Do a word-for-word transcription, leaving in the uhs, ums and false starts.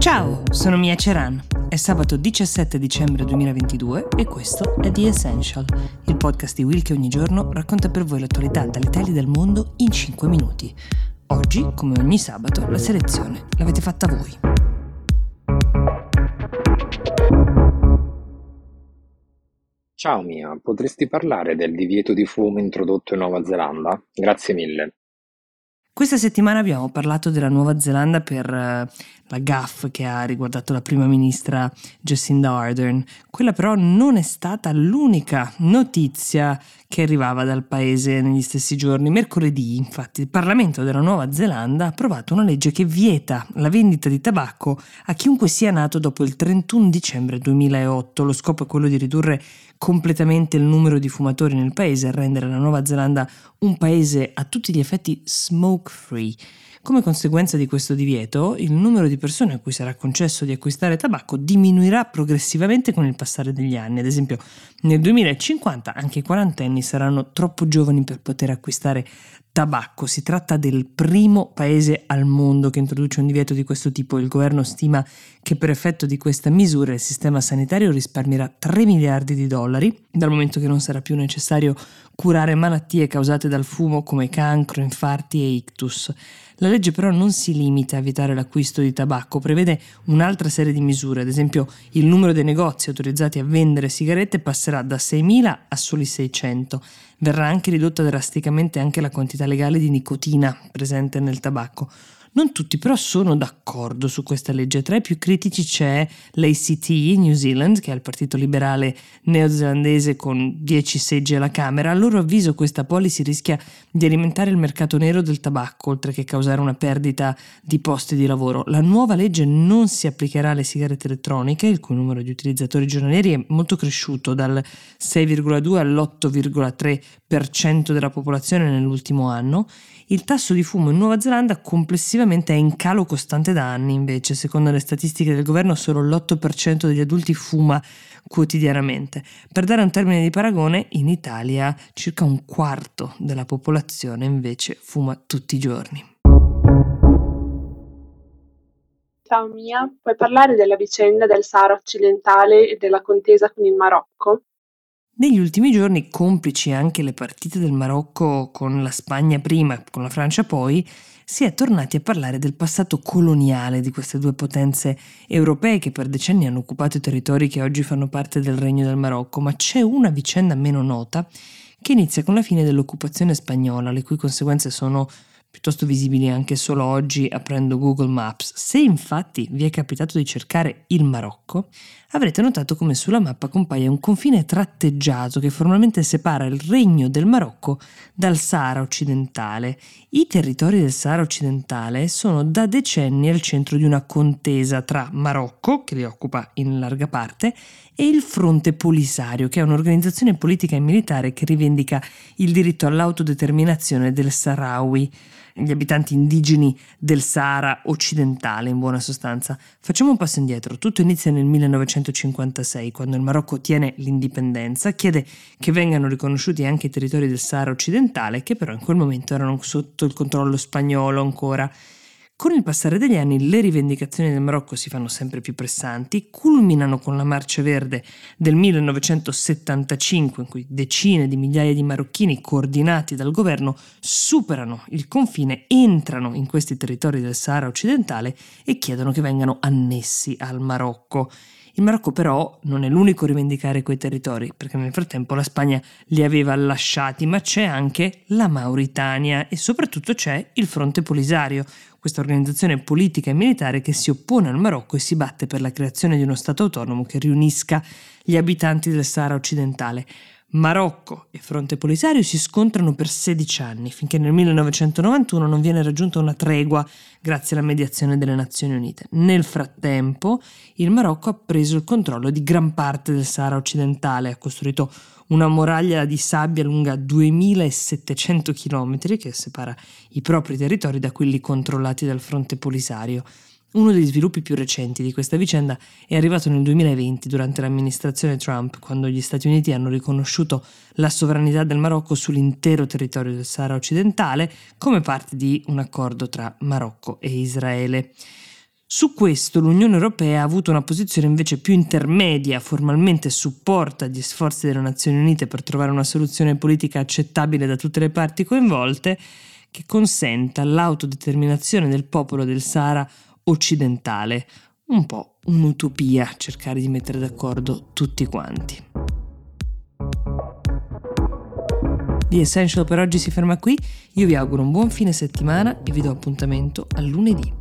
Ciao, sono Mia Ceran. È sabato diciassette dicembre duemilaventidue e questo è The Essential, il podcast di Will che ogni giorno racconta per voi l'attualità dall'Italia e dal mondo in cinque minuti. Oggi, come ogni sabato, la selezione l'avete fatta voi. Ciao Mia, potresti parlare del divieto di fumo introdotto in Nuova Zelanda? Grazie mille. Questa settimana abbiamo parlato della Nuova Zelanda per uh, la gaffe che ha riguardato la prima ministra Jacinda Ardern. Quella però non è stata l'unica notizia che arrivava dal paese negli stessi giorni. Mercoledì, infatti, il Parlamento della Nuova Zelanda ha approvato una legge che vieta la vendita di tabacco a chiunque sia nato dopo il trentuno dicembre duemilaotto. Lo scopo è quello di ridurre completamente il numero di fumatori nel paese e rendere la Nuova Zelanda un paese a tutti gli effetti smoke free. Come conseguenza di questo divieto, il numero di persone a cui sarà concesso di acquistare tabacco diminuirà progressivamente con il passare degli anni. Ad esempio, nel duemilacinquanta anche i quarantenni saranno troppo giovani per poter acquistare tabacco. Si tratta del primo paese al mondo che introduce un divieto di questo tipo. Il governo stima che per effetto di questa misura il sistema sanitario risparmierà tre miliardi di dollari, dal momento che non sarà più necessario curare malattie causate dal fumo come cancro, infarti e ictus. La legge però non si limita a vietare l'acquisto di tabacco, prevede un'altra serie di misure. Ad esempio, il numero dei negozi autorizzati a vendere sigarette passerà da seimila a soli seicento. Verrà anche ridotta drasticamente anche la quantità legale di nicotina presente nel tabacco. Non tutti però sono d'accordo su questa legge. Tra i più critici c'è l'A C T, New Zealand, che è il partito liberale neozelandese con dieci seggi alla Camera. A loro avviso questa policy rischia di alimentare il mercato nero del tabacco, oltre che causare una perdita di posti di lavoro. La nuova legge non si applicherà alle sigarette elettroniche, il cui numero di utilizzatori giornalieri è molto cresciuto, dal sei virgola due all'otto virgola tre per cento della popolazione nell'ultimo anno. Il tasso di fumo in Nuova Zelanda complessivamente è in calo costante da anni, invece. Secondo le statistiche del governo solo l'otto per cento degli adulti fuma quotidianamente. Per dare un termine di paragone, in Italia circa un quarto della popolazione invece fuma tutti i giorni. Ciao Mia, puoi parlare della vicenda del Sahara occidentale e della contesa con il Marocco? Negli ultimi giorni, complici anche le partite del Marocco con la Spagna prima, con la Francia poi, si è tornati a parlare del passato coloniale di queste due potenze europee che per decenni hanno occupato i territori che oggi fanno parte del Regno del Marocco, ma c'è una vicenda meno nota che inizia con la fine dell'occupazione spagnola, le cui conseguenze sono piuttosto visibili anche solo oggi aprendo Google Maps. Se infatti vi è capitato di cercare il Marocco, avrete notato come sulla mappa compaia un confine tratteggiato che formalmente separa il Regno del Marocco dal Sahara occidentale. I territori del Sahara occidentale sono da decenni al centro di una contesa tra Marocco, che li occupa in larga parte, e il Fronte Polisario, che è un'organizzazione politica e militare che rivendica il diritto all'autodeterminazione del Sahrawi, gli abitanti indigeni del Sahara occidentale, in buona sostanza. Facciamo un passo indietro. Tutto inizia nel millenovecentocinquantasei, quando il Marocco ottiene l'indipendenza, chiede che vengano riconosciuti anche i territori del Sahara occidentale, che però in quel momento erano sotto il controllo spagnolo ancora. Con il passare degli anni le rivendicazioni del Marocco si fanno sempre più pressanti, culminano con la Marcia Verde del millenovecentosettantacinque, in cui decine di migliaia di marocchini coordinati dal governo superano il confine, entrano in questi territori del Sahara occidentale e chiedono che vengano annessi al Marocco. Il Marocco però non è l'unico a rivendicare quei territori, perché nel frattempo la Spagna li aveva lasciati, ma c'è anche la Mauritania e soprattutto c'è il Fronte Polisario, questa organizzazione politica e militare che si oppone al Marocco e si batte per la creazione di uno Stato autonomo che riunisca gli abitanti del Sahara occidentale. Marocco e Fronte Polisario si scontrano per sedici anni, finché nel millenovecentonovantuno non viene raggiunta una tregua grazie alla mediazione delle Nazioni Unite. Nel frattempo, il Marocco ha preso il controllo di gran parte del Sahara occidentale, ha costruito una muraglia di sabbia lunga duemilasettecento chilometri che separa i propri territori da quelli controllati dal Fronte Polisario. Uno degli sviluppi più recenti di questa vicenda è arrivato nel duemilaventi durante l'amministrazione Trump, quando gli Stati Uniti hanno riconosciuto la sovranità del Marocco sull'intero territorio del Sahara occidentale come parte di un accordo tra Marocco e Israele. Su questo l'Unione Europea ha avuto una posizione invece più intermedia, formalmente supporta gli sforzi delle Nazioni Unite per trovare una soluzione politica accettabile da tutte le parti coinvolte, che consenta l'autodeterminazione del popolo del Sahara occidentale. Un po' un'utopia cercare di mettere d'accordo tutti quanti. The Essential per oggi si ferma qui, io vi auguro un buon fine settimana e vi do appuntamento a lunedì.